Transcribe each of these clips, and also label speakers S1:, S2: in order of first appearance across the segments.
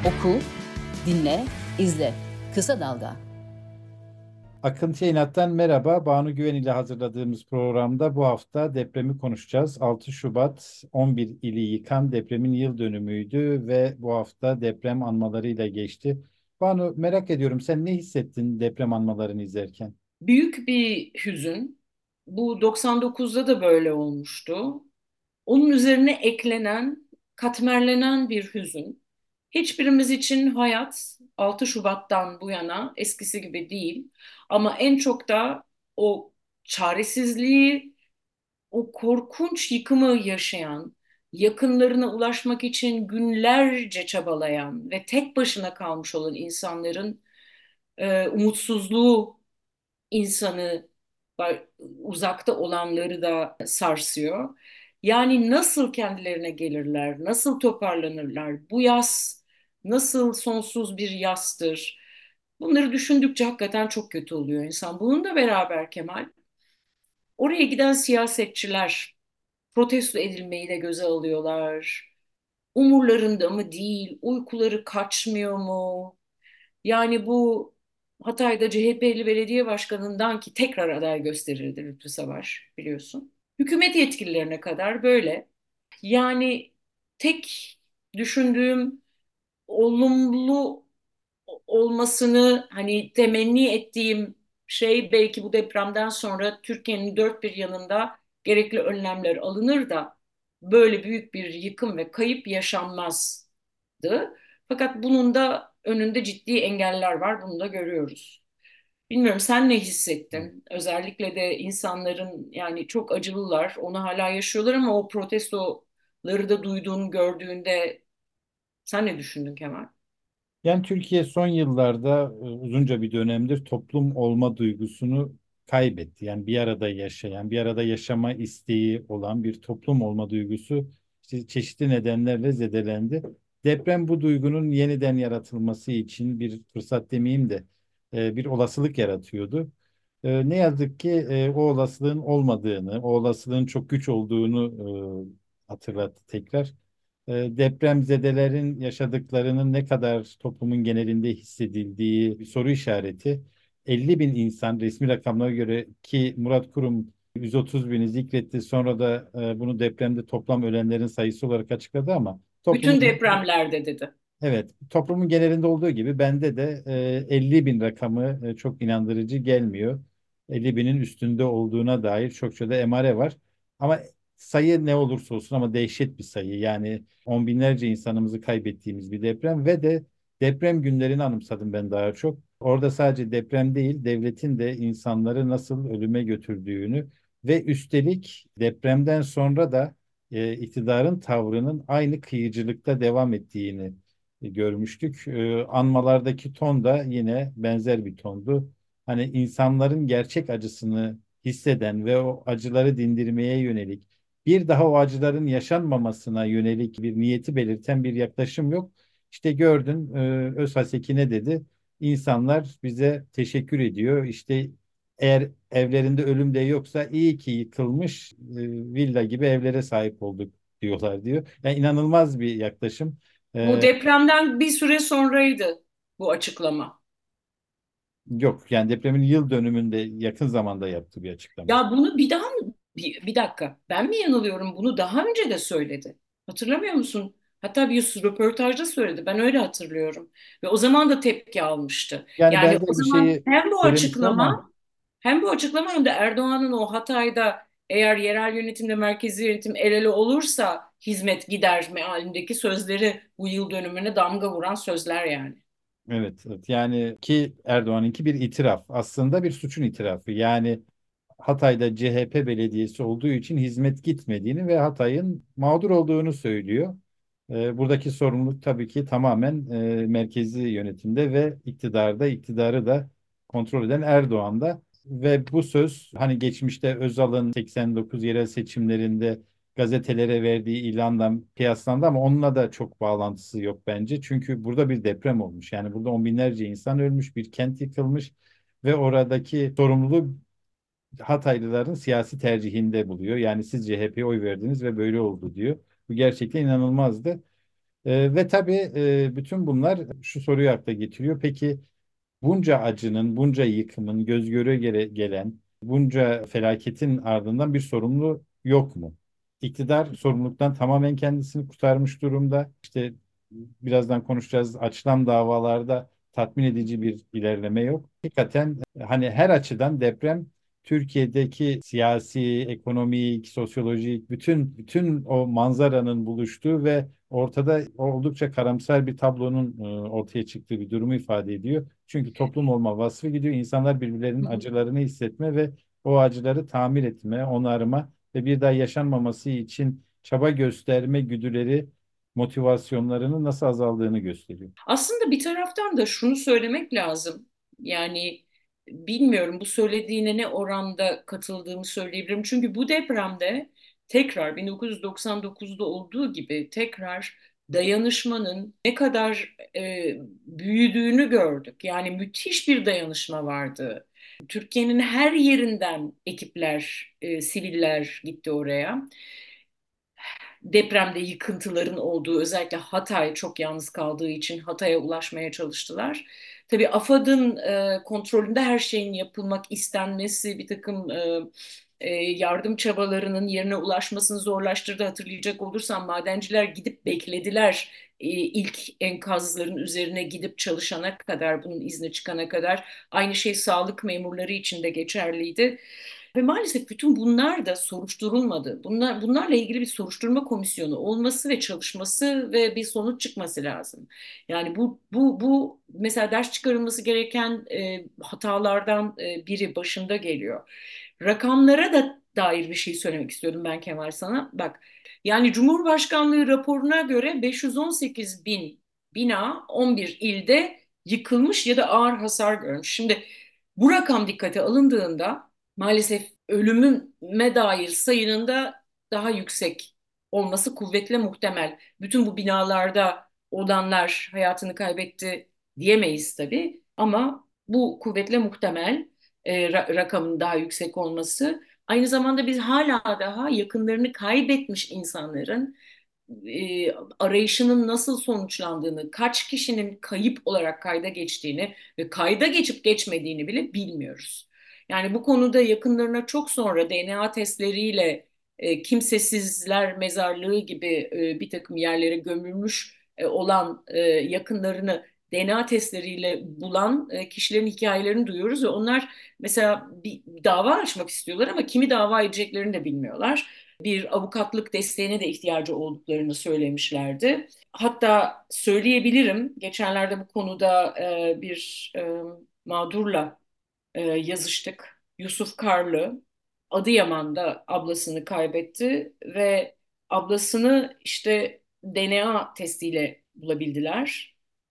S1: Oku, dinle, izle. Kısa Dalga.
S2: Akıntı Yayınat'tan merhaba. Banu Güven ile hazırladığımız programda bu hafta depremi konuşacağız. 6 Şubat 11 ili yıkan depremin yıl dönümüydü ve bu hafta deprem anmalarıyla geçti. Banu, merak ediyorum, sen ne hissettin deprem anmalarını izlerken?
S3: Büyük bir hüzün. Bu 99'da da böyle olmuştu. Onun üzerine eklenen, katmerlenen bir hüzün. Hiçbirimiz için hayat 6 Şubat'tan bu yana eskisi gibi değil. Ama en çok da o çaresizliği, o korkunç yıkımı yaşayan, yakınlarına ulaşmak için günlerce çabalayan ve tek başına kalmış olan insanların umutsuzluğu insanı uzakta olanları da sarsıyor. Yani nasıl kendilerine gelirler, nasıl toparlanırlar, bu yaz nasıl sonsuz bir yastır. Bunları düşündükçe hakikaten çok kötü oluyor insan. Bununla beraber Kemal, oraya giden siyasetçiler protesto edilmeyi de göze alıyorlar. Umurlarında mı değil, uykuları kaçmıyor mu? Yani bu Hatay'da CHP'li belediye başkanından ki tekrar aday gösterildi Lütfü Savaş biliyorsun. Hükümet yetkililerine kadar böyle. Yani tek düşündüğüm olumlu olmasını hani temenni ettiğim şey belki bu depremden sonra Türkiye'nin dört bir yanında gerekli önlemler alınır da böyle büyük bir yıkım ve kayıp yaşanmazdı. Fakat bunun da önünde ciddi engeller var. Bunu da görüyoruz. Bilmiyorum sen ne hissettin? Özellikle de insanların yani çok acılılar, onu hala yaşıyorlar ama o protestoları da duyduğun, gördüğünde sen ne düşündün Kemal?
S2: Yani Türkiye son yıllarda uzunca bir dönemdir toplum olma duygusunu kaybetti. Yani bir arada yaşayan, bir arada yaşama isteği olan bir toplum olma duygusu işte çeşitli nedenlerle zedelendi. Deprem bu duygunun yeniden yaratılması için bir fırsat demeyeyim de bir olasılık yaratıyordu. Ne yazık ki o olasılığın olmadığını, o olasılığın çok güç olduğunu hatırlattı tekrar. Depremzedelerin yaşadıklarının ne kadar toplumun genelinde hissedildiği bir soru işareti. 50 bin insan resmi rakamlara göre, ki Murat Kurum 130 bini zikretti, sonra da bunu depremde toplam ölenlerin sayısı olarak açıkladı ama
S3: Bütün
S2: toplumun,
S3: depremlerde dedi.
S2: evet, toplumun genelinde olduğu gibi bende de 50 bin rakamı çok inandırıcı gelmiyor. 50 binin üstünde olduğuna dair çokça da emare var. Ama sayı ne olursa olsun ama dehşet bir sayı. Yani on binlerce insanımızı kaybettiğimiz bir deprem ve de deprem günlerini anımsadım ben daha çok. Orada sadece deprem değil, devletin de insanları nasıl ölüme götürdüğünü ve üstelik depremden sonra da iktidarın tavrının aynı kıyıcılıkta devam ettiğini görmüştük. Anmalardaki ton da yine benzer bir tondu. Hani insanların gerçek acısını hisseden ve o acıları dindirmeye yönelik, bir daha o acıların yaşanmamasına yönelik bir niyeti belirten bir yaklaşım yok. İşte gördün, Özhaseki ne dedi? İnsanlar bize teşekkür ediyor. İşte eğer evlerinde ölüm de yoksa iyi ki yıkılmış villa gibi evlere sahip olduk diyorlar diyor. Yani inanılmaz bir yaklaşım.
S3: Bu
S2: E,
S3: depremden bir süre sonraydı bu açıklama.
S2: Yok, yani depremin yıl dönümünde yakın zamanda yaptığı bir açıklama.
S3: Ya bunu bir daha mı? Bir dakika. Ben mi yanılıyorum? Bunu daha önce de söyledi. Hatırlamıyor musun? Hatta bir röportajda söyledi. Ben öyle hatırlıyorum. Ve o zaman da tepki almıştı.
S2: Yani
S3: Yani o
S2: benzer bir
S3: zaman
S2: şeyi
S3: hem bu
S2: söylemişti ama
S3: açıklama hem de Erdoğan'ın o Hatay'da eğer yerel yönetimle merkezi yönetim el ele olursa hizmet gider mealindeki sözleri bu yıl dönümüne damga vuran sözler yani.
S2: evet, evet, yani ki Erdoğan'ınki bir itiraf, aslında bir suçun itirafı. Yani Hatay'da CHP belediyesi olduğu için hizmet gitmediğini ve Hatay'ın mağdur olduğunu söylüyor. Buradaki sorumluluk tabii ki tamamen merkezi yönetimde ve iktidarda, iktidarı da kontrol eden Erdoğan'da. Ve bu söz hani geçmişte Özal'ın 89 yerel seçimlerinde gazetelere verdiği ilandan kıyaslandı ama onunla da çok bağlantısı yok bence. Çünkü burada bir deprem olmuş. Yani burada on binlerce insan ölmüş, bir kent yıkılmış ve oradaki sorumluluğu Hataylıların siyasi tercihinde buluyor. Yani siz CHP'ye oy verdiniz ve böyle oldu diyor. Bu gerçekten inanılmazdı. Ve tabii bütün bunlar şu soruyu akla getiriyor. Peki bunca acının, bunca yıkımın, göz göre gelen bunca felaketin ardından bir sorumlu yok mu? İktidar sorumluluktan tamamen kendisini kurtarmış durumda. İşte birazdan konuşacağız, açılan davalarda tatmin edici bir ilerleme yok. Hakikaten hani her açıdan deprem Türkiye'deki siyasi, ekonomik, sosyolojik bütün o manzaranın buluştuğu ve ortada oldukça karamsar bir tablonun ortaya çıktığı bir durumu ifade ediyor. Çünkü toplum olma vasfı gidiyor. İnsanlar birbirlerinin
S3: Hı hı.
S2: acılarını hissetme ve o acıları tamir etme, onarma ve bir daha yaşanmaması için çaba gösterme güdüleri, motivasyonlarının nasıl azaldığını gösteriyor.
S3: Aslında bir taraftan da şunu söylemek lazım. Yani bilmiyorum bu söylediğine ne oranda katıldığımı söyleyebilirim. Çünkü bu depremde tekrar 1999'da olduğu gibi tekrar dayanışmanın ne kadar büyüdüğünü gördük. Yani müthiş bir dayanışma vardı. Türkiye'nin her yerinden ekipler, siviller gitti oraya. Depremde yıkıntıların olduğu, özellikle Hatay çok yalnız kaldığı için Hatay'a ulaşmaya çalıştılar. Tabii AFAD'ın kontrolünde her şeyin yapılmak istenmesi bir takım yardım çabalarının yerine ulaşmasını zorlaştırdı. Hatırlayacak olursam madenciler gidip beklediler, ilk enkazların üzerine gidip çalışana kadar, bunun izni çıkana kadar. Aynı şey sağlık memurları için de geçerliydi. Ve maalesef bütün bunlar da soruşturulmadı. Bunlarla ilgili bir soruşturma komisyonu olması ve çalışması ve bir sonuç çıkması lazım. Yani bu mesela ders çıkarılması gereken hatalardan biri başında geliyor. Rakamlara da dair bir şey söylemek istiyordum ben Kemal sana. Bak, yani Cumhurbaşkanlığı raporuna göre 518 bin bina 11 ilde yıkılmış ya da ağır hasar görmüş. Şimdi bu rakam dikkate alındığında maalesef ölümüme dair sayının da daha yüksek olması kuvvetle muhtemel. Bütün bu binalarda olanlar hayatını kaybetti diyemeyiz tabii ama bu kuvvetle muhtemel, rakamın daha yüksek olması. Aynı zamanda biz hala daha yakınlarını kaybetmiş insanların arayışının nasıl sonuçlandığını, kaç kişinin kayıp olarak kayda geçtiğini ve kayda geçip geçmediğini bile bilmiyoruz. Yani bu konuda yakınlarına çok sonra DNA testleriyle kimsesizler mezarlığı gibi bir takım yerlere gömülmüş olan yakınlarını DNA testleriyle bulan kişilerin hikayelerini duyuyoruz ve onlar mesela bir dava açmak istiyorlar ama kimi dava edeceklerini de bilmiyorlar. Bir avukatlık desteğine de ihtiyacı olduklarını söylemişlerdi. Hatta söyleyebilirim, geçenlerde bu konuda bir mağdurla yazıştık. Yusuf Karlı, Adıyaman'da ablasını kaybetti ve ablasını işte DNA testiyle bulabildiler.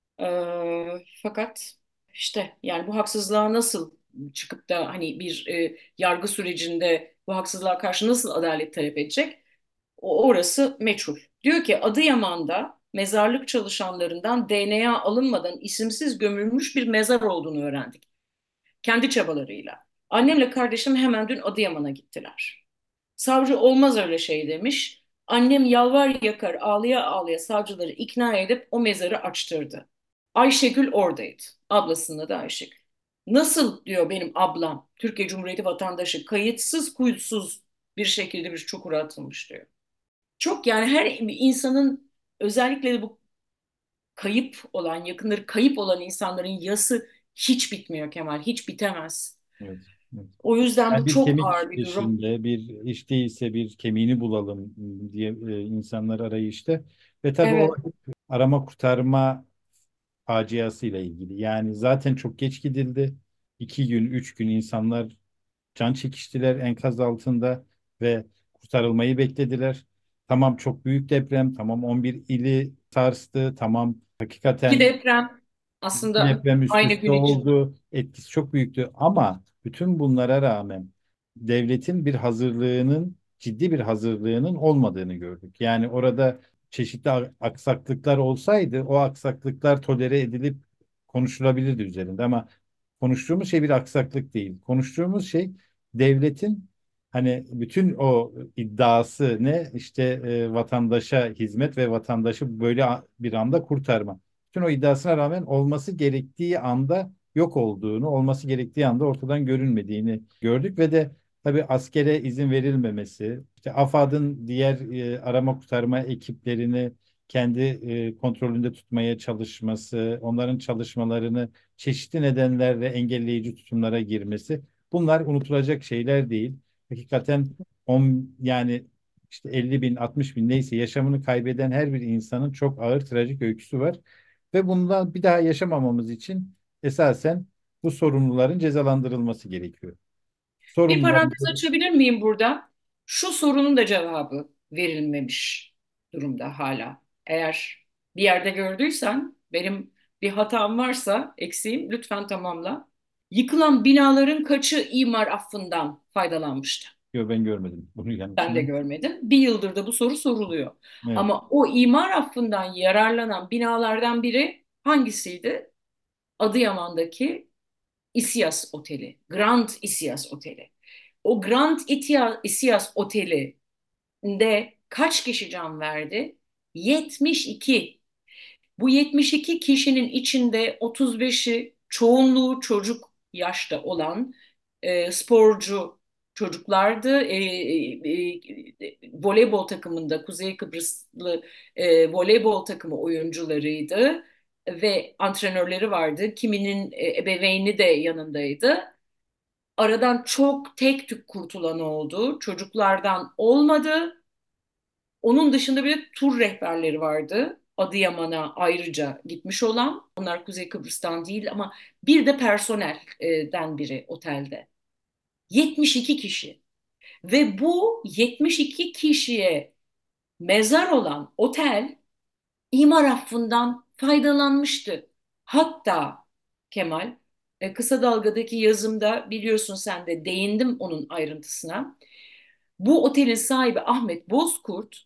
S3: Fakat işte yani bu haksızlığa nasıl çıkıp da hani bir yargı sürecinde bu haksızlığa karşı nasıl adalet talep edecek? Orası meçhul. Diyor ki Adıyaman'da mezarlık çalışanlarından DNA alınmadan isimsiz gömülmüş bir mezar olduğunu öğrendik. Kendi çabalarıyla. Annemle kardeşim hemen dün Adıyaman'a gittiler. Savcı olmaz öyle şey demiş. Annem yalvar yakar ağlaya ağlaya savcıları ikna edip o mezarı açtırdı. Ayşegül oradaydı. Ablasının adı Ayşegül. Nasıl diyor benim ablam Türkiye Cumhuriyeti vatandaşı kayıtsız kuyusuz bir şekilde bir çukura atılmış diyor. Çok yani her insanın, özellikle de bu kayıp olan, yakınları kayıp olan insanların yası hiç bitmiyor Kemal, hiç bitemez.
S2: Evet. Evet.
S3: O yüzden
S2: Yani
S3: bu
S2: bir
S3: çok
S2: kemik
S3: ağır bir durum.
S2: peşinde, bir iş değilse bir kemiğini bulalım diye insanlar arayışta. Ve tabii o
S3: Evet.
S2: arama kurtarma faciasıyla ilgili. Yani zaten çok geç gidildi. 2 gün, 3 gün insanlar can çekiştiler enkaz altında ve kurtarılmayı beklediler. Tamam çok büyük deprem, tamam 11 ili sarstı, tamam
S3: İki
S2: hakikaten
S3: deprem
S2: iki
S3: aslında
S2: deprem üst
S3: aynı
S2: üste
S3: gün için.
S2: oldu. Etkisi çok büyüktü ama bütün bunlara rağmen devletin bir hazırlığının, ciddi bir hazırlığının olmadığını gördük. Yani orada çeşitli aksaklıklar olsaydı o aksaklıklar tolere edilip konuşulabilirdi üzerinde ama konuştuğumuz şey bir aksaklık değil. Konuştuğumuz şey devletin Hani bütün o iddiası ne? İşte vatandaşa hizmet ve vatandaşı böyle bir anda kurtarma. Bütün o iddiasına rağmen olması gerektiği anda yok olduğunu, olması gerektiği anda ortadan görünmediğini gördük ve de tabii askere izin verilmemesi, işte AFAD'ın diğer arama kurtarma ekiplerini kendi kontrolünde tutmaya çalışması, onların çalışmalarını çeşitli nedenlerle engelleyici tutumlara girmesi, bunlar unutulacak şeyler değil. Hakikaten yani işte 50 bin, 60 bin neyse yaşamını kaybeden her bir insanın çok ağır trajik öyküsü var. Ve bundan bir daha yaşamamamız için esasen bu sorumluların cezalandırılması gerekiyor.
S3: Bir
S2: Sorumluların
S3: parantez açabilir miyim burada? Şu sorunun da cevabı verilmemiş durumda hala. Eğer bir yerde gördüysen, benim bir hatam varsa, eksiğim, lütfen tamamla. Yıkılan binaların kaçı imar affından faydalanmıştı?
S2: Yok, ben görmedim bunu yani.
S3: Ben de görmedim. Bir yıldır da bu soru soruluyor.
S2: Evet.
S3: Ama o imar affından yararlanan binalardan biri hangisiydi? Adıyaman'daki İSİAS Oteli, Grand İSİAS Oteli. O Grand İSİAS Oteli'nde kaç kişi can verdi? 72. Bu 72 kişinin içinde 35'i, çoğunluğu çocuk yaşta olan sporcu çocuklardı. Voleybol takımında Kuzey Kıbrıslı voleybol takımı oyuncularıydı ve antrenörleri vardı. Kiminin ebeveyni de yanındaydı. Aradan çok tek tük kurtulan oldu. Çocuklardan olmadı. Onun dışında bir de tur rehberleri vardı. Adıyaman'a ayrıca gitmiş olan. Onlar Kuzey Kıbrıs'tan değil ama bir de personelden biri otelde. 72 kişi. Ve bu 72 kişiye mezar olan otel imar affından faydalanmıştı. Hatta Kemal, Kısa Dalga'daki yazımda biliyorsun sen de değindim onun ayrıntısına. Bu otelin sahibi Ahmet Bozkurt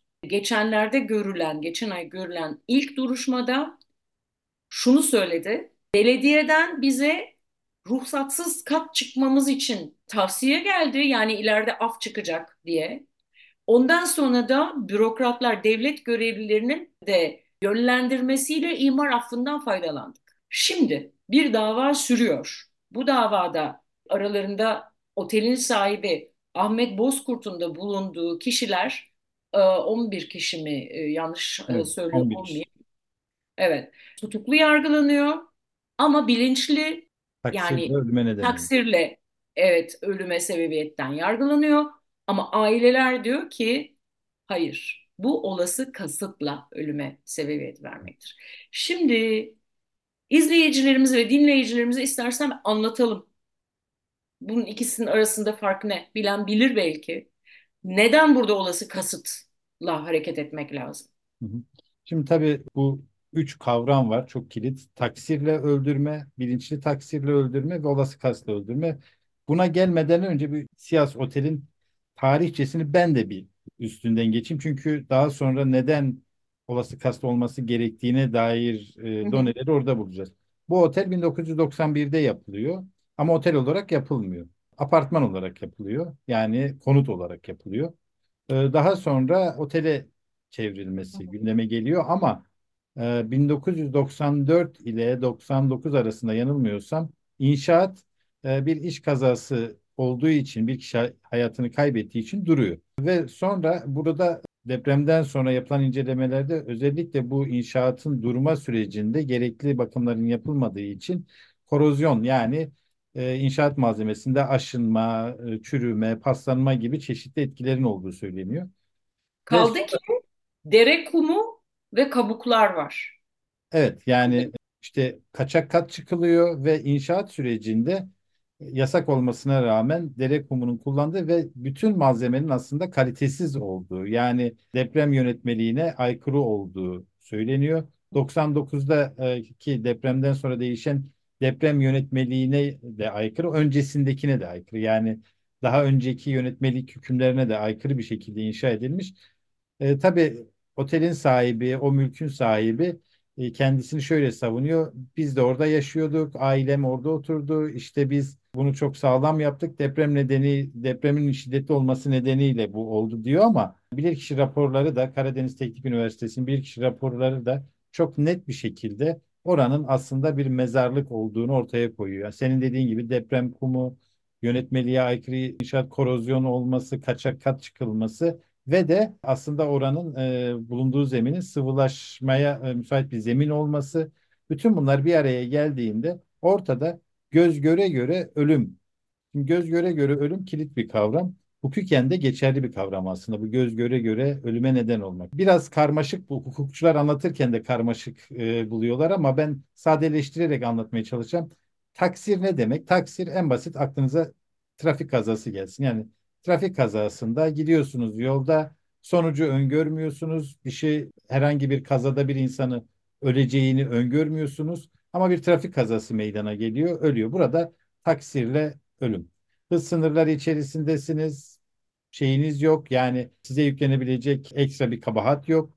S3: geçen ay görülen ilk duruşmada şunu söyledi. Belediyeden bize ruhsatsız kat çıkmamız için tavsiye geldi. Yani ileride af çıkacak diye. Ondan sonra da bürokratlar, devlet görevlilerinin de yönlendirmesiyle imar affından faydalandık. Şimdi bir dava sürüyor. Bu davada aralarında otelin sahibi Ahmet Bozkurt'un da bulunduğu kişiler 11 kişi mi, yanlış
S2: Evet,
S3: söylüyor
S2: 11 iş.
S3: olmayayım. Evet, tutuklu yargılanıyor ama bilinçli,
S2: Taksirle
S3: yani
S2: ölüme neden oldu.
S3: taksirle, evet, ölüme sebebiyetten yargılanıyor. Ama aileler diyor ki hayır, bu olası kasıtla ölüme sebebiyet vermektir. Şimdi izleyicilerimize ve dinleyicilerimize istersen anlatalım. Bunun ikisinin arasında fark ne? Bilen bilir belki. Neden burada olası kasıtla hareket etmek lazım?
S2: Hı hı. Şimdi tabii bu üç kavram var çok kilit. Taksirle öldürme, bilinçli taksirle öldürme ve olası kasıtla öldürme. Buna gelmeden önce bir Siyas Otel'in tarihçesini ben de bir üstünden geçeyim. Çünkü daha sonra neden olası kasıtlı olması gerektiğine dair
S3: Hı hı.
S2: doneleri orada bulacağız. Bu otel 1991'de yapılıyor ama otel olarak yapılmıyor. Apartman olarak yapılıyor. Yani konut olarak yapılıyor. Daha sonra otele çevrilmesi gündeme geliyor ama 1994 ile 99 arasında yanılmıyorsam inşaat bir iş kazası olduğu için bir kişi hayatını kaybettiği için duruyor. Ve sonra burada depremden sonra yapılan incelemelerde özellikle bu inşaatın durma sürecinde gerekli bakımların yapılmadığı için korozyon yani inşaat malzemesinde aşınma, çürüme, paslanma gibi çeşitli etkilerin olduğu söyleniyor. Ve
S3: Kaldı ki dere kumu ve kabuklar var.
S2: evet yani işte kaçak kat çıkılıyor ve inşaat sürecinde yasak olmasına rağmen dere kumunun kullandığı ve bütün malzemenin aslında kalitesiz olduğu yani deprem yönetmeliğine aykırı olduğu söyleniyor. 99'da ki depremden sonra değişen deprem yönetmeliğine de aykırı, öncesindekine de aykırı. Yani daha önceki yönetmelik hükümlerine de aykırı bir şekilde inşa edilmiş. Tabii otelin sahibi, o mülkün sahibi kendisini şöyle savunuyor. Biz de orada yaşıyorduk, ailem orada oturdu. İşte biz bunu çok sağlam yaptık. Depremin şiddetli olması nedeniyle bu oldu diyor ama bilirkişi raporları da Karadeniz Teknik Üniversitesi'nin bilirkişi raporları da çok net bir şekilde oranın aslında bir mezarlık olduğunu ortaya koyuyor. Yani senin dediğin gibi deprem kumu, yönetmeliğe aykırı inşaat korozyon olması, kaçak kat çıkılması ve de aslında oranın bulunduğu zeminin sıvılaşmaya müsait bir zemin olması. Bütün bunlar bir araya geldiğinde ortada göz göre göre ölüm. Şimdi göz göre göre ölüm kilit bir kavram. Hukuken de geçerli bir kavram aslında. Bu göz göre göre ölüme neden olmak. Biraz karmaşık bu. Hukukçular anlatırken de karmaşık buluyorlar ama ben sadeleştirerek anlatmaya çalışacağım. Taksir ne demek? Taksir en basit aklınıza trafik kazası gelsin. Yani trafik kazasında gidiyorsunuz yolda sonucu öngörmüyorsunuz. Herhangi bir kazada bir insanı öleceğini öngörmüyorsunuz. Ama bir trafik kazası meydana geliyor, ölüyor. Burada taksirle ölüm. Hız sınırları içerisindesiniz. Şeyiniz yok. Yani size yüklenebilecek ekstra bir kabahat yok.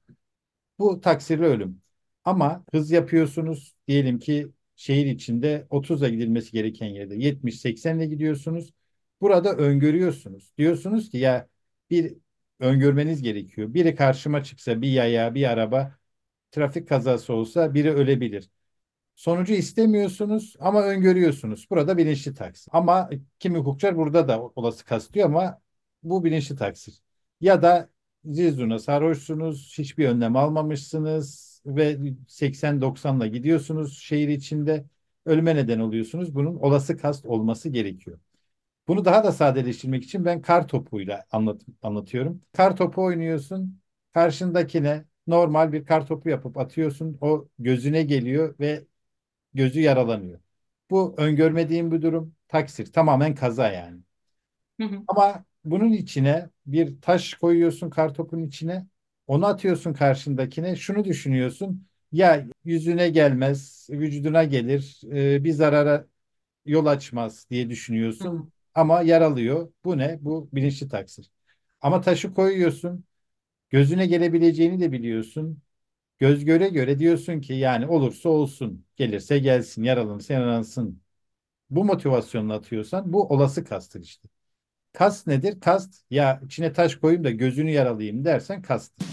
S2: Bu taksirli ölüm. Ama hız yapıyorsunuz. Diyelim ki şehir içinde 30'a gidilmesi gereken yerde 70-80 ile gidiyorsunuz. Burada öngörüyorsunuz. Diyorsunuz ki ya bir öngörmeniz gerekiyor. Biri karşıma çıksa bir yaya bir araba trafik kazası olsa biri ölebilir. Sonucu istemiyorsunuz ama öngörüyorsunuz. Burada bilinçli taksir. Ama kimi hukukçular burada da olası kastıyor ama bu bilinçli taksir. Ya da zizuna sarhoşsunuz, hiçbir önlem almamışsınız ve 80-90'la gidiyorsunuz şehir içinde ölüme neden oluyorsunuz. Bunun olası kast olması gerekiyor. Bunu daha da sadeleştirmek için ben kar topuyla anlatıyorum. Kar topu oynuyorsun. Karşındakine normal bir kar topu yapıp atıyorsun. O gözüne geliyor ve gözü yaralanıyor. Bu öngörmediğim bir durum. Taksir. Tamamen kaza yani.
S3: Hı hı.
S2: Ama bunun içine bir taş koyuyorsun kartopun içine. Onu atıyorsun karşındakine. Şunu düşünüyorsun. Ya yüzüne gelmez, vücuduna gelir, bir zarara yol açmaz diye
S3: Hı hı.
S2: düşünüyorsun. Ama yaralıyor. Bu ne? Bu bilinçli taksir. Ama taşı koyuyorsun. Gözüne gelebileceğini de biliyorsun. Göz göre göre diyorsun ki yani olursa olsun, gelirse gelsin, yaralanırsa yaralansın. Bu motivasyonla atıyorsan bu olası kastır işte. Kast nedir? Kast ya içine taş koyayım da gözünü yaralayayım dersen kasttır.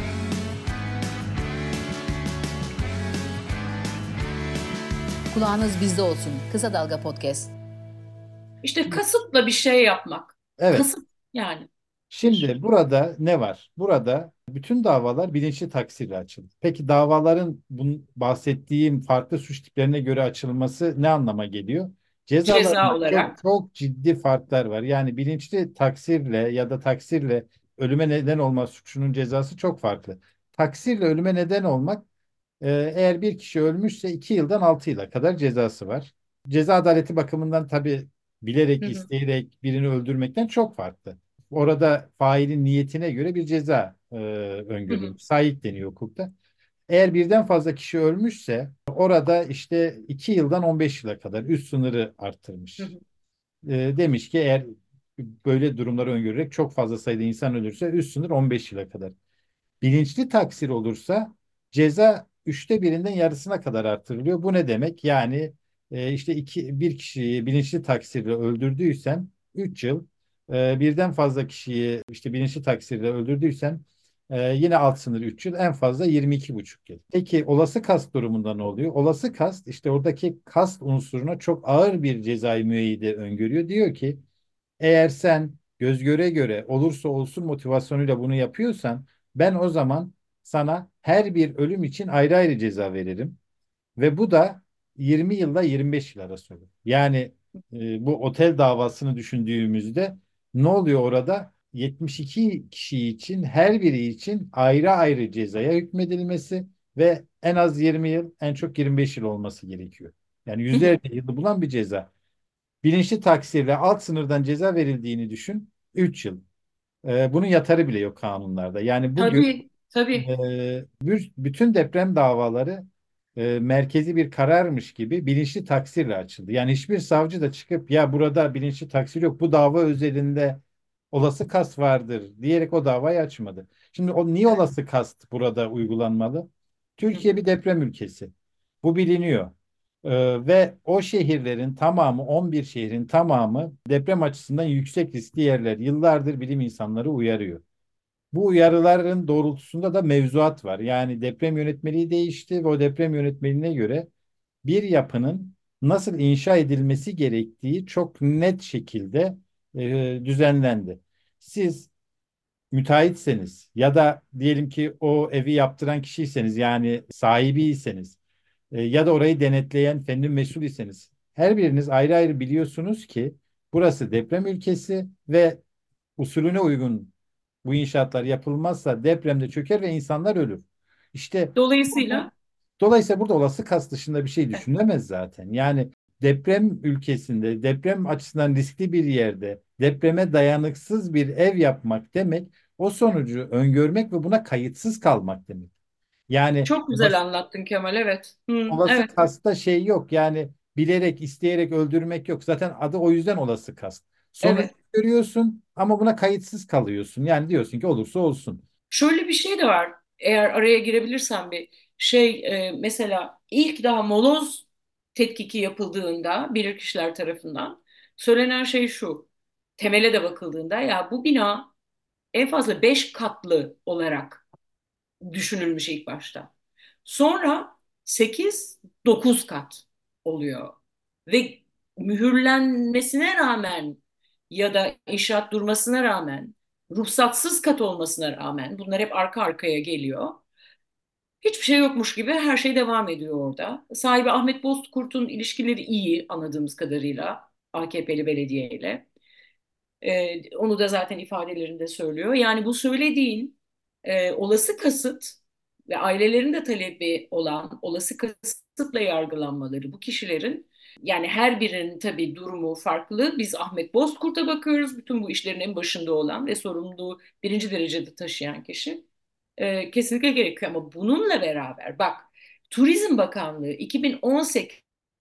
S1: Kulağınız bizde olsun. Kısa Dalga Podcast.
S3: İşte kasıtla bir şey yapmak.
S2: Evet.
S3: Kasıt yani. Bir.
S2: Şimdi burada ne var? Burada bütün davalar bilinçli taksirle açılır. Peki davaların bahsettiğim farklı suç tiplerine göre açılması ne anlama geliyor?
S3: Ceza
S2: Cezalarında çok
S3: olarak.
S2: çok ciddi farklar var. Yani bilinçli taksirle ya da taksirle ölüme neden olma suçunun cezası çok farklı. Taksirle ölüme neden olmak eğer bir kişi ölmüşse 2 yıldan 6 yıla kadar cezası var. Ceza adaleti bakımından tabii
S3: Hı
S2: bilerek,
S3: hı.
S2: isteyerek birini öldürmekten çok farklı. Orada failin niyetine göre bir ceza
S3: Hı hı.
S2: öngörülmüş. Saik deniyor hukukta. Eğer birden fazla kişi ölmüşse orada işte 2 yıldan 15 yıla kadar üst sınırı
S3: Hı
S2: arttırmış.
S3: hı.
S2: Demiş ki eğer böyle durumları öngörerek çok fazla sayıda insan ölürse üst sınır 15 yıla kadar. Bilinçli taksir olursa ceza üçte birinden yarısına kadar artırılıyor. Bu ne demek? Yani işte bir kişiyi bilinçli taksirle öldürdüysen 3 yıl, birden fazla kişiyi işte bilinçli taksirle öldürdüysen yine alt sınır 3 yıl, en fazla 22,5 yıl. Peki olası kast durumunda ne oluyor? Olası kast işte oradaki kast unsuruna çok ağır bir cezai müeyyide öngörüyor. Diyor ki eğer sen göz göre göre olursa olsun motivasyonuyla bunu yapıyorsan ben o zaman sana her bir ölüm için ayrı ayrı ceza veririm. Ve bu da 20 yılla 25 yıl arası olur. Yani bu otel davasını düşündüğümüzde ne oluyor orada? 72 kişi için her biri için ayrı ayrı cezaya hükmedilmesi ve en az 20 yıl en çok 25 yıl olması gerekiyor. Yani
S3: Hı hı.
S2: yüzlerce yılı bulan bir ceza. Bilinçli taksirle alt sınırdan ceza verildiğini düşün. 3 yıl. Bunun yatarı bile yok kanunlarda. Yani bugün
S3: Tabii, tabii.
S2: bütün deprem davaları merkezi bir kararmış gibi bilinçli taksirle açıldı. Yani hiçbir savcı da çıkıp ya burada bilinçli taksir yok, bu dava özelinde olası kast vardır diyerek o davayı açmadı. Şimdi o niye
S3: Evet.
S2: olası kast burada uygulanmalı?
S3: Hı
S2: Türkiye
S3: hı.
S2: bir deprem ülkesi. Bu biliniyor. Ve o şehirlerin tamamı, 11 şehrin tamamı deprem açısından yüksek riskli yerler. Yıllardır bilim insanları uyarıyor. Bu uyarıların doğrultusunda da mevzuat var. Yani deprem yönetmeliği değişti ve o deprem yönetmeliğine göre bir yapının nasıl inşa edilmesi gerektiği çok net şekilde düzenlendi. Siz müteahhitseniz ya da diyelim ki o evi yaptıran kişiyseniz, yani sahibiyseniz, ya da orayı denetleyen fenli mesulüyseniz, her biriniz ayrı ayrı biliyorsunuz ki burası deprem ülkesi ve usulüne uygun bu inşaatlar yapılmazsa depremde çöker ve insanlar ölür. İşte burada,
S3: Dolayısıyla
S2: dolayısıyla burada olası kas dışında bir şey düşünülemez zaten. Yani deprem ülkesinde, deprem açısından riskli bir yerde depreme dayanıksız bir ev yapmak demek, o sonucu öngörmek ve buna kayıtsız kalmak demek. Yani
S3: çok güzel anlattın Kemal, evet. Hı,
S2: olası
S3: evet,
S2: kasta şey yok. Yani bilerek, isteyerek öldürmek yok. Zaten adı o yüzden olası kast. Sonucu
S3: evet.
S2: görüyorsun ama buna kayıtsız kalıyorsun. Yani diyorsun ki olursa olsun.
S3: Şöyle bir şey de var. Eğer araya girebilirsem bir şey, mesela ilk daha moloz tetkiki yapıldığında bilirkişiler tarafından söylenen şey şu. Temele de bakıldığında ya bu bina en fazla 5 katlı olarak düşünülmüş ilk başta. Sonra 8-9 kat oluyor. Ve mühürlenmesine rağmen ya da inşaat durmasına rağmen, ruhsatsız kat olmasına rağmen bunlar hep arka arkaya geliyor. Hiçbir şey yokmuş gibi her şey devam ediyor orada. Sahibi Ahmet Bozkurt'un ilişkileri iyi anladığımız kadarıyla AKP'li belediyeyle. Onu da zaten ifadelerinde söylüyor. Yani bu söylediğin olası kasıt ve ailelerin de talebi olan olası kasıtla yargılanmaları bu kişilerin, yani her birinin tabii durumu farklı. Biz Ahmet Bozkurt'a bakıyoruz. Bütün bu işlerin en başında olan ve sorumluluğu birinci derecede taşıyan kişi. Kesinlikle gerekiyor ama bununla beraber bak, Turizm Bakanlığı 2018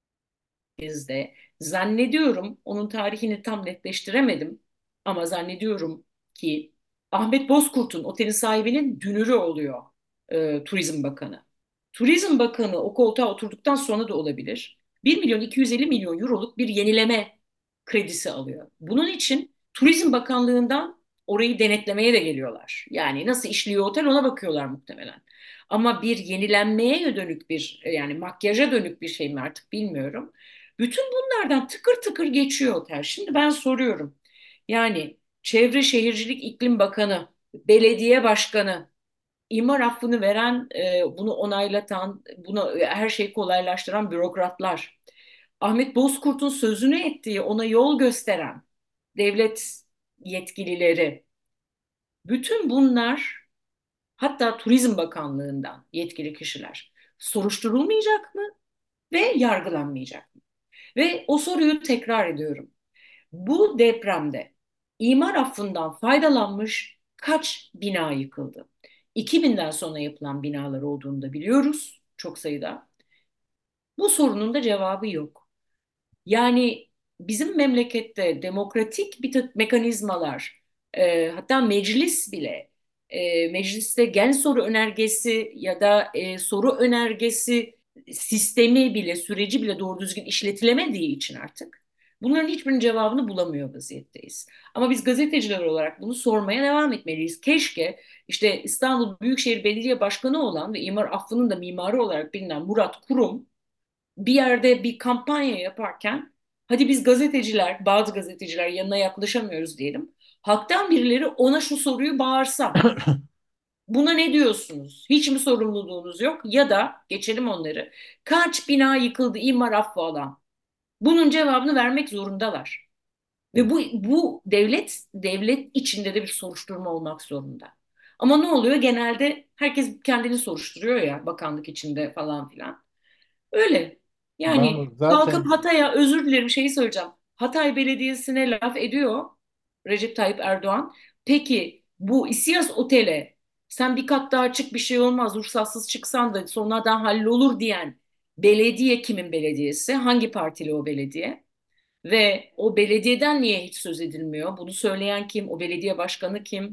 S3: de zannediyorum, onun tarihini tam netleştiremedim ama zannediyorum ki Ahmet Bozkurt'un otelin sahibinin dünürü oluyor Turizm Bakanı. Turizm Bakanı o koltuğa oturduktan sonra da olabilir. 1.250.000.000 euroluk bir yenileme kredisi alıyor. Bunun için Turizm Bakanlığı'ndan orayı denetlemeye de geliyorlar. Yani nasıl işliyor otel ona bakıyorlar muhtemelen. Ama bir yenilenmeye dönük bir, yani makyaja dönük bir şey mi artık bilmiyorum. Bütün bunlardan tıkır tıkır geçiyor otel. Şimdi ben soruyorum. Yani Çevre Şehircilik İklim Bakanı, belediye başkanı, imar affını veren, bunu onaylatan, bunu her şeyi kolaylaştıran bürokratlar, Ahmet Bozkurt'un sözünü ettiği, ona yol gösteren devlet yetkilileri, bütün bunlar, hatta Turizm Bakanlığı'ndan yetkili kişiler soruşturulmayacak mı ve yargılanmayacak mı? Ve o soruyu tekrar ediyorum. Bu depremde imar affından faydalanmış kaç bina yıkıldı? 2000'den sonra yapılan binalar olduğunu da biliyoruz çok sayıda. Bu sorunun da cevabı yok. Yani bizim memlekette demokratik bir mekanizmalar, hatta meclis bile, mecliste gen soru önergesi ya da soru önergesi sistemi bile, süreci bile doğru düzgün işletilemediği için artık bunların hiçbirinin cevabını bulamıyor vaziyetteyiz. Ama biz gazeteciler olarak bunu sormaya devam etmeliyiz. Keşke işte İstanbul Büyükşehir Belediye Başkanı olan ve imar affının da mimarı olarak bilinen Murat Kurum bir yerde bir kampanya yaparken, hadi biz gazeteciler, bazı gazeteciler yanına yaklaşamıyoruz diyelim. Halktan birileri ona şu soruyu bağırsa, buna ne diyorsunuz? Hiç mi sorumluluğunuz yok? Ya da geçelim onları. Kaç bina yıkıldı imar affı alan? Bunun cevabını vermek zorundalar. Ve
S2: Evet.
S3: bu devlet içinde de bir soruşturma olmak zorunda. Ama ne oluyor? Genelde herkes kendini soruşturuyor ya, bakanlık içinde falan filan. Öyle. Yani
S2: Vallahi
S3: kalkıp
S2: zaten
S3: Hatay'a, özür dilerim şeyi söyleyeceğim. Hatay Belediyesi'ne laf ediyor Recep Tayyip Erdoğan. Peki bu İSİAS Otel'e sen bir kat daha çık, bir şey olmaz, ruhsatsız çıksan da sonradan hallolur diyen belediye kimin belediyesi? Hangi partili o belediye? Ve o belediyeden niye hiç söz edilmiyor? Bunu söyleyen kim? O belediye başkanı kim?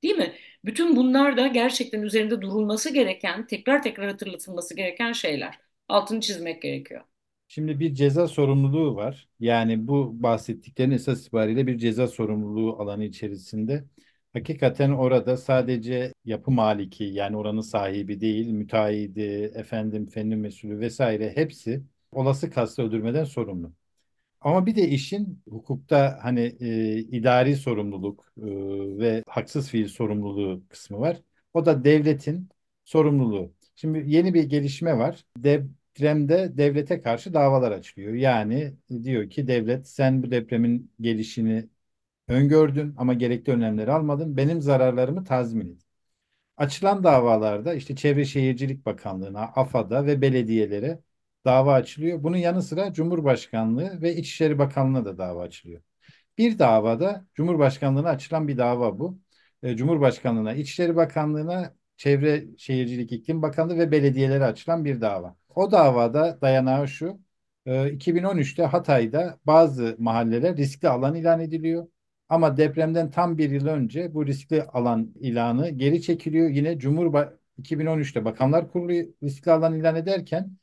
S3: Değil mi? Bütün bunlar da gerçekten üzerinde durulması gereken, tekrar tekrar hatırlatılması gereken şeyler. Altını çizmek gerekiyor.
S2: Şimdi bir ceza sorumluluğu var. Yani bu bahsettiklerin esas itibariyle bir ceza sorumluluğu alanı içerisinde. Hakikaten orada sadece yapı maliki yani oranın sahibi değil, müteahhidi, efendim fen mesulü vesaire hepsi olası kasti öldürmeden sorumlu. Ama bir de işin hukukta hani idari sorumluluk ve haksız fiil sorumluluğu kısmı var. O da devletin sorumluluğu. Şimdi yeni bir gelişme var. Depremde devlete karşı davalar açılıyor. Yani diyor ki devlet sen bu depremin gelişini öngördün ama gerekli önlemleri almadın. Benim zararlarımı tazmin et. Açılan davalarda işte Çevre Şehircilik Bakanlığı'na, AFAD'a ve belediyelere dava açılıyor. Bunun yanı sıra Cumhurbaşkanlığı ve İçişleri Bakanlığı'na da dava açılıyor. Bir davada Cumhurbaşkanlığına açılan bir dava bu. Cumhurbaşkanlığına, İçişleri Bakanlığı'na, Çevre Şehircilik İklim Bakanlığı ve belediyelere açılan bir dava. O davada dayanağı şu. 2013'te Hatay'da bazı mahalleler riskli alan ilan ediliyor. Ama depremden tam bir yıl önce bu riskli alan ilanı geri çekiliyor. Yine 2013'te Bakanlar Kurulu riskli alan ilan ederken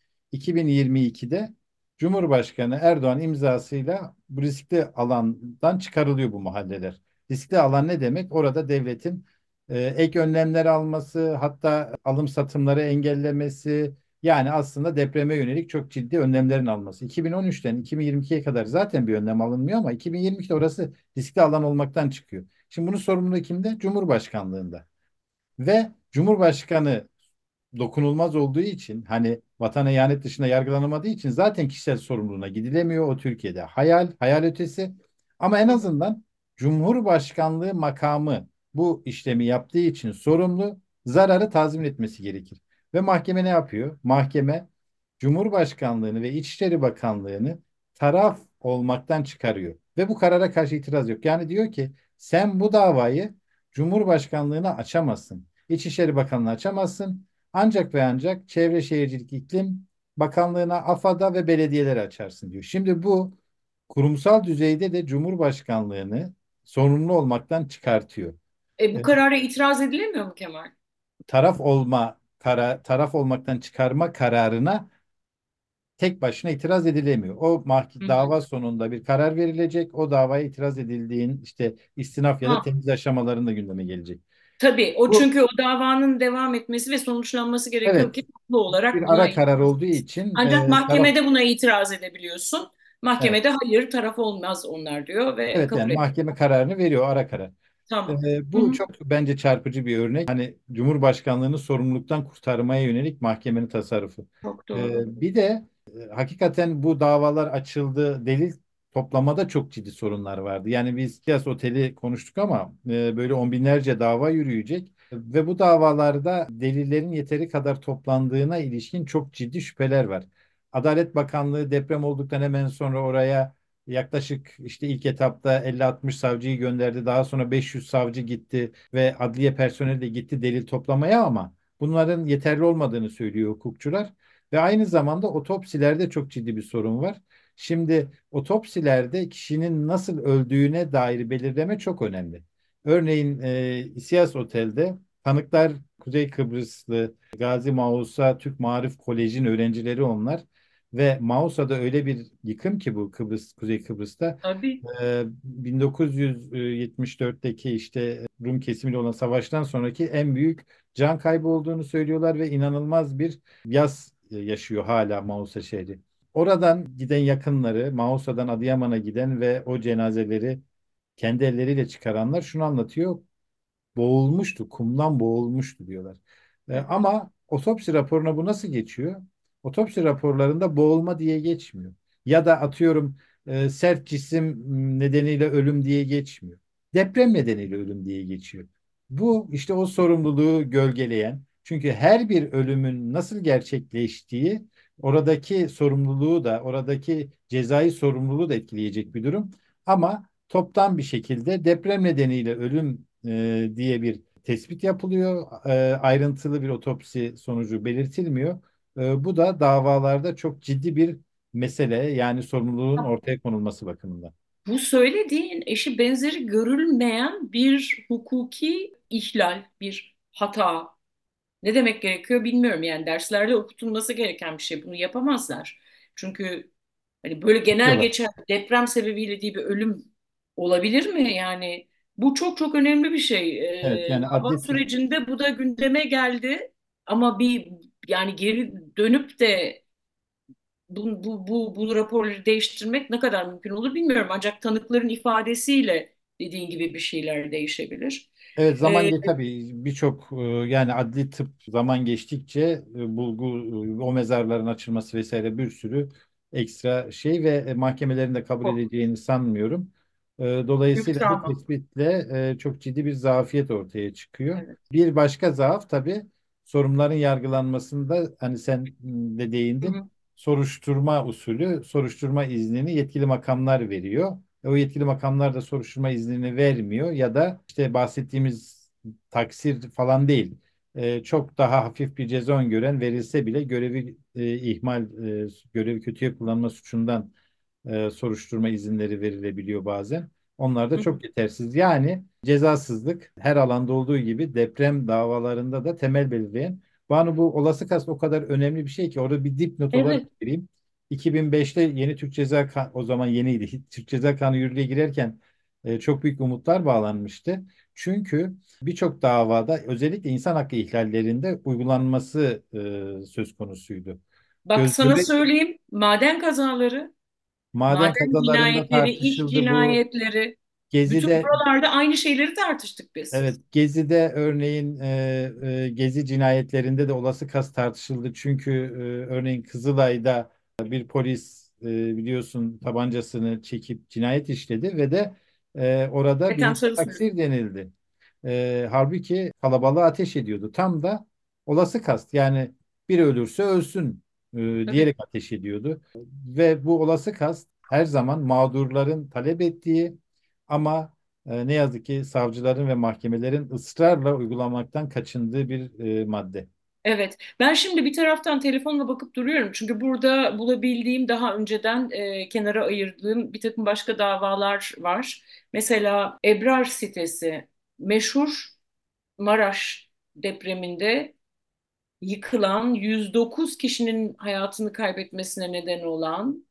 S2: 2022'de Cumhurbaşkanı Erdoğan imzasıyla bu riskli alandan çıkarılıyor bu mahalleler. Riskli alan ne demek? Orada devletin ek önlemler alması, hatta alım satımları engellemesi, yani aslında depreme yönelik çok ciddi önlemlerin alması. 2013'ten 2022'ye kadar zaten bir önlem alınmıyor ama 2022'de orası riskli alan olmaktan çıkıyor. Şimdi bunun sorumluluğu kimde? Cumhurbaşkanlığında. Ve Cumhurbaşkanı dokunulmaz olduğu için hani vatana ihanet dışında yargılanamadığı için zaten kişisel sorumluluğuna gidilemiyor. O Türkiye'de hayal, hayal ötesi. Ama en azından Cumhurbaşkanlığı makamı bu işlemi yaptığı için sorumlu, zararı tazmin etmesi gerekir. Ve mahkeme ne yapıyor? Mahkeme Cumhurbaşkanlığını ve İçişleri Bakanlığını taraf olmaktan çıkarıyor. Ve bu karara karşı itiraz yok. Yani diyor ki sen bu davayı Cumhurbaşkanlığına açamazsın. İçişleri Bakanlığı'na açamazsın. Ancak ve ancak Çevre Şehircilik İklim Bakanlığı'na, AFAD'a ve belediyelere açarsın diyor. Şimdi bu kurumsal düzeyde de Cumhurbaşkanlığını sorumlu olmaktan çıkartıyor.
S3: Bu
S2: E,
S3: karara itiraz edilemiyor mu Kemal?
S2: taraf olmaktan çıkarma kararına tek başına itiraz edilemiyor. O
S3: Hı hı.
S2: dava sonunda bir karar verilecek. O davaya itiraz edildiğin işte istinaf ya da
S3: Ha,
S2: temiz aşamalarında gündeme gelecek.
S3: tabii o,
S2: Bu
S3: çünkü o davanın devam etmesi ve sonuçlanması gerekiyor
S2: evet
S3: ki haklı olarak
S2: bir
S3: buna
S2: ara karar
S3: itiraz
S2: olduğu
S3: etsin.
S2: için
S3: Ancak
S2: taraf
S3: mahkemede buna itiraz edebiliyorsun.
S2: evet.
S3: Mahkemede hayır, taraf olmaz onlar diyor ve
S2: Evet
S3: kabul
S2: yani
S3: ediyor.
S2: mahkeme kararını veriyor ara karar.
S3: Tamam. Hı
S2: Bu
S3: hı.
S2: çok bence çarpıcı bir örnek. Hani Cumhurbaşkanlığını sorumluluktan kurtarmaya yönelik mahkemenin tasarrufu.
S3: Çok doğru.
S2: Bir de hakikaten bu davalar açıldı. Delil toplamada çok ciddi sorunlar vardı. Yani biz Kias Oteli konuştuk ama böyle on binlerce dava yürüyecek. Ve bu davalarda delillerin yeteri kadar toplandığına ilişkin çok ciddi şüpheler var. Adalet Bakanlığı deprem olduktan hemen sonra oraya yaklaşık işte ilk etapta 50-60 savcıyı gönderdi. Daha sonra 500 savcı gitti ve adliye personeli de gitti delil toplamaya ama bunların yeterli olmadığını söylüyor hukukçular. Ve aynı zamanda otopsilerde çok ciddi bir sorun var. Şimdi otopsilerde kişinin nasıl öldüğüne dair belirleme çok önemli. Örneğin İSİAS Otel'de tanıklar Kuzey Kıbrıslı Gazi Mausa Türk Maarif Koleji'nin öğrencileri onlar. Ve Mausa'da öyle bir yıkım ki bu Kuzey Kıbrıs'ta
S3: Tabii.
S2: 1974'teki işte Rum kesimiyle olan savaştan sonraki en büyük can kaybı olduğunu söylüyorlar ve inanılmaz bir yas yaşıyor hala Mausa şehri. Oradan giden yakınları, Mausa'dan Adıyaman'a giden ve o cenazeleri kendi elleriyle çıkaranlar şunu anlatıyor: boğulmuştu, kumdan boğulmuştu diyorlar.
S3: Evet.
S2: Ama otopsi raporuna bu nasıl geçiyor? Otopsi raporlarında boğulma diye geçmiyor. Ya da atıyorum sert cisim nedeniyle ölüm diye geçmiyor. Deprem nedeniyle ölüm diye geçiyor. Bu işte o sorumluluğu gölgeleyen. Çünkü her bir ölümün nasıl gerçekleştiği oradaki sorumluluğu da, oradaki cezai sorumluluğu da etkileyecek bir durum. Ama toptan bir şekilde deprem nedeniyle ölüm diye bir tespit yapılıyor. Ayrıntılı bir otopsi sonucu belirtilmiyor. Bu da davalarda çok ciddi bir mesele, yani sorumluluğun ortaya konulması bakımından.
S3: Bu söylediğin eşi benzeri görülmeyen bir hukuki ihlal, bir hata. Ne demek gerekiyor bilmiyorum. Yani derslerde okutulması gereken bir şey. Bunu yapamazlar. Çünkü hani böyle genel
S2: Diyorlar.
S3: geçer deprem sebebiyle diye bir ölüm olabilir mi? Yani bu çok çok önemli bir şey.
S2: Evet, yani
S3: Dava
S2: adli tıp.
S3: sürecinde bu da gündeme geldi. Ama bir yani geri dönüp de bu raporları değiştirmek ne kadar mümkün olur bilmiyorum. Ancak tanıkların ifadesiyle dediğin gibi bir şeyler değişebilir.
S2: Evet,
S3: Ee,
S2: tabii birçok yani adli tıp zaman geçtikçe o mezarların açılması vesaire bir sürü ekstra şey ve mahkemelerin de kabul
S3: Çok
S2: edeceğini sanmıyorum.
S3: büyük
S2: Dolayısıyla bu
S3: travma.
S2: tespitle çok ciddi bir zafiyet ortaya çıkıyor.
S3: Evet.
S2: Bir başka zaaf tabii sorumluların yargılanmasında, hani sen de
S3: Hı
S2: değindin,
S3: hı,
S2: soruşturma usulü, soruşturma iznini yetkili makamlar veriyor. O yetkili makamlar da soruşturma iznini vermiyor ya da işte bahsettiğimiz taksir falan değil. Çok daha hafif bir ceza öngören verilse bile görevi görevi kötüye kullanma suçundan soruşturma izinleri verilebiliyor bazen. Onlar da
S3: hı hı.
S2: çok yetersiz. Yani cezasızlık her alanda olduğu gibi deprem davalarında da temel belirleyen. Banu, bu olası kast o kadar önemli bir şey ki orada bir dipnot olarak
S3: Evet.
S2: vereyim. 2005'te yeni Türk Ceza o zaman yeniydi. Türk Ceza Kanunu yürürlüğe girerken çok büyük umutlar bağlanmıştı. Çünkü birçok davada özellikle insan hakkı ihlallerinde uygulanması söz konusuydu.
S3: Bak
S2: Göz
S3: sana
S2: göre
S3: söyleyeyim, maden kazaları,
S2: maden
S3: maden
S2: kazalarında
S3: cinayetleri, iş
S2: tartışıldı bu.
S3: cinayetleri, bütün
S2: Gezi'de.
S3: buralarda aynı şeyleri tartıştık biz.
S2: Evet, Gezi'de örneğin Gezi cinayetlerinde de olası kast tartışıldı. Çünkü örneğin Kızılay'da bir polis biliyorsun tabancasını çekip cinayet işledi ve de orada
S3: Ethem
S2: bilinçli
S3: Sarısınır.
S2: taksir denildi. Halbuki kalabalığa ateş ediyordu. Tam da olası kast, yani bir ölürse ölsün
S3: Tabii.
S2: diyerek ateş ediyordu. Ve bu olası kast her zaman mağdurların talep ettiği ama ne yazık ki savcıların ve mahkemelerin ısrarla uygulamaktan kaçındığı bir madde.
S3: Evet. Ben şimdi bir taraftan telefonla bakıp duruyorum. Çünkü burada bulabildiğim daha önceden kenara ayırdığım bir takım başka davalar var. Mesela Ebrar sitesi meşhur Maraş depreminde yıkılan 109 kişinin hayatını kaybetmesine neden olan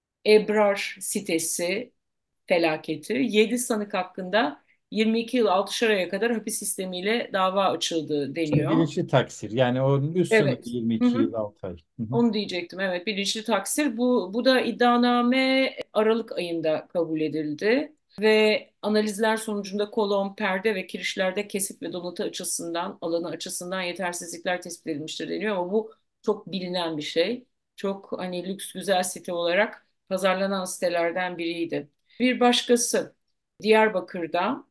S3: Ebrar sitesi felaketi 7 sanık hakkında 22 yıl 6'şar aya kadar hapis sistemiyle dava açıldı
S2: İşte
S3: deniyor.
S2: bilinçli taksir, yani onun üst sınırı
S3: Evet. Hı
S2: 22
S3: hı.
S2: yıl 6 ay. Hı hı.
S3: Onu diyecektim. Evet, bilinçli taksir. Bu da iddianame Aralık ayında kabul edildi ve analizler sonucunda kolon, perde ve kirişlerde kesik ve donatı açısından, alanı açısından yetersizlikler tespit edilmiştir deniyor ama bu çok bilinen bir şey. Çok hani lüks güzel site olarak pazarlanan sitelerden biriydi. Bir başkası Diyarbakır'da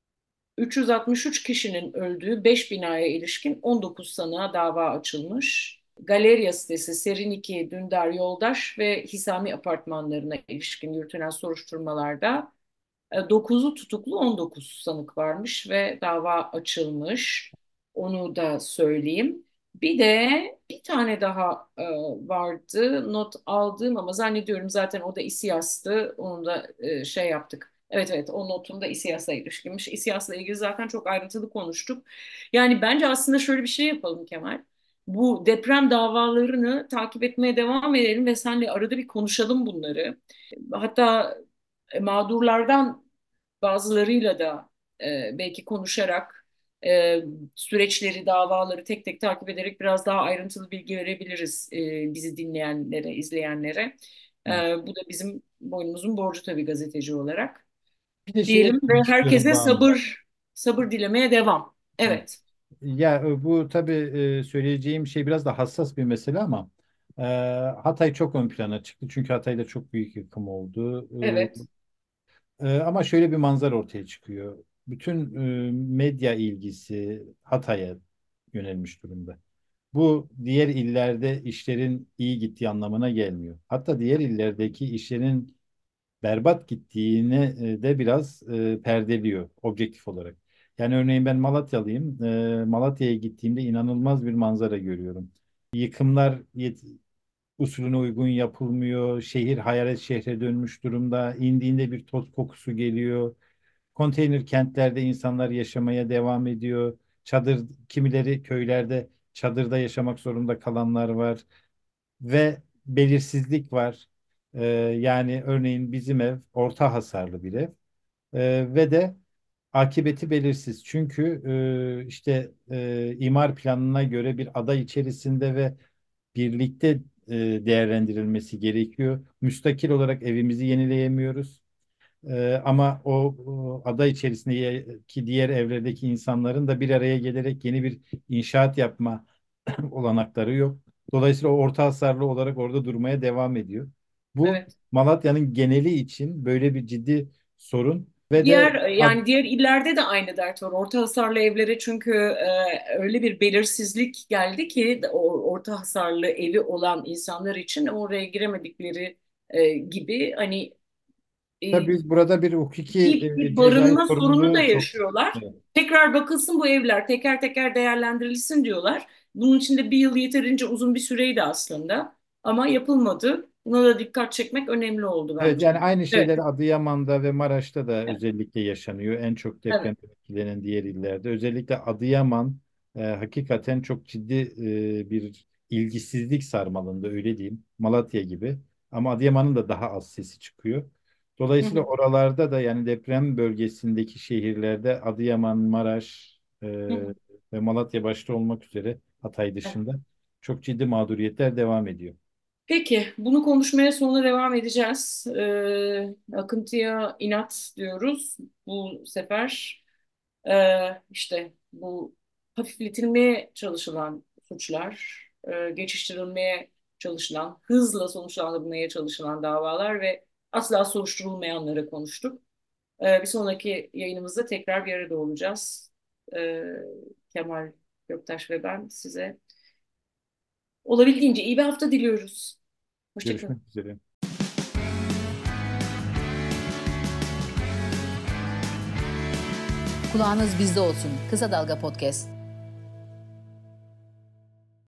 S3: 363 kişinin öldüğü 5 binaya ilişkin 19 sanığa dava açılmış. Galerya sitesi, Seriniki, Dündar Yoldaş ve Hisami apartmanlarına ilişkin yürütülen soruşturmalarda 9'u tutuklu 19 sanık varmış ve dava açılmış. Onu da söyleyeyim. Bir de bir tane daha vardı not aldığım ama zannediyorum zaten o da İSİAS'tı. Onu da şey yaptık. Evet evet o notun da İSİAS'a ilişkinmiş. İSİAS'la ilgili zaten çok ayrıntılı konuştuk. Yani bence aslında şöyle bir şey yapalım Kemal. Bu deprem davalarını takip etmeye devam edelim ve seninle arada bir konuşalım bunları. Hatta mağdurlardan bazılarıyla da belki konuşarak süreçleri, davaları tek tek takip ederek biraz daha ayrıntılı bilgi verebiliriz bizi dinleyenlere, izleyenlere. Bu da bizim boynumuzun borcu tabii gazeteci olarak.
S2: Bir de şey
S3: Diyelim ve
S2: eklemek istiyorum
S3: herkese
S2: Banu.
S3: sabır dilemeye devam.
S2: Evet.
S3: Evet,
S2: Ya bu tabii söyleyeceğim şey biraz da hassas bir mesele ama e, Hatay çok ön plana çıktı. Çünkü Hatay'da çok büyük yıkım oldu.
S3: evet,
S2: Ama şöyle bir manzara ortaya çıkıyor. Bütün medya ilgisi Hatay'a yönelmiş durumda. Bu diğer illerde işlerin iyi gittiği anlamına gelmiyor. Hatta diğer illerdeki işlerin berbat gittiğini de biraz perdeliyor objektif olarak. Yani örneğin ben Malatyalıyım. Malatya'ya gittiğimde inanılmaz bir manzara görüyorum. Yıkımlar usulüne uygun yapılmıyor. Şehir hayalet şehre dönmüş durumda. İndiğinde bir toz kokusu geliyor. Konteyner kentlerde insanlar yaşamaya devam ediyor. Kimileri köylerde çadırda yaşamak zorunda kalanlar var ve belirsizlik var. Yani örneğin bizim ev orta hasarlı bir ev. Ve de akıbeti belirsiz. Çünkü imar planına göre bir ada içerisinde ve birlikte değerlendirilmesi gerekiyor. Müstakil olarak evimizi yenileyemiyoruz. Ama o ada içerisindeki diğer evlerdeki insanların da bir araya gelerek yeni bir inşaat yapma olanakları yok. Dolayısıyla o orta hasarlı olarak orada durmaya devam ediyor. Bu
S3: Evet.
S2: Malatya'nın geneli için böyle bir ciddi sorun ve de
S3: Diğer illerde de aynı dert var. Orta hasarlı evlere çünkü öyle bir belirsizlik geldi ki orta hasarlı evi olan insanlar için oraya giremedikleri gibi hani e,
S2: tabii burada bir hukuki
S3: bir
S2: cezai
S3: barınma sorunu da
S2: sorumluluğu çok.
S3: yaşıyorlar.
S2: Evet.
S3: Tekrar bakılsın bu evler, teker teker değerlendirilsin diyorlar. Bunun için de bir yıl yeterince uzun bir süreydi aslında. Ama yapılmadı. Buna da dikkat çekmek önemli oldu
S2: Evet,
S3: bence.
S2: yani aynı
S3: Evet,
S2: şeyler Adıyaman'da ve Maraş'ta da özellikle yaşanıyor. En çok
S3: evet.
S2: deprem etkilenen diğer illerde. Özellikle Adıyaman hakikaten çok ciddi bir ilgisizlik sarmalında öyle diyeyim. Malatya gibi. Ama Adıyaman'ın da daha az sesi çıkıyor.
S3: Hı
S2: Dolayısıyla
S3: hı,
S2: oralarda da yani deprem bölgesindeki şehirlerde Adıyaman, Maraş
S3: hı hı.
S2: ve Malatya başta olmak üzere Hatay
S3: Evet.
S2: dışında çok ciddi mağduriyetler devam ediyor.
S3: Peki, bunu konuşmaya sonra devam edeceğiz. Akıntıya inat diyoruz. Bu sefer işte bu hafifletilmeye çalışılan suçlar, geçiştirilmeye çalışılan, hızla sonuçlandırılmaya çalışılan davalar ve asla soruşturulmayanları konuştuk. Bir sonraki yayınımızda tekrar bir arada olacağız. Ee, Kemal Göktaş ve ben size olabildiğince iyi bir hafta diliyoruz. Hoşça kalın.
S2: Görüşmek üzere.
S1: Kulağınız bizde olsun. Kısa Dalga Podcast.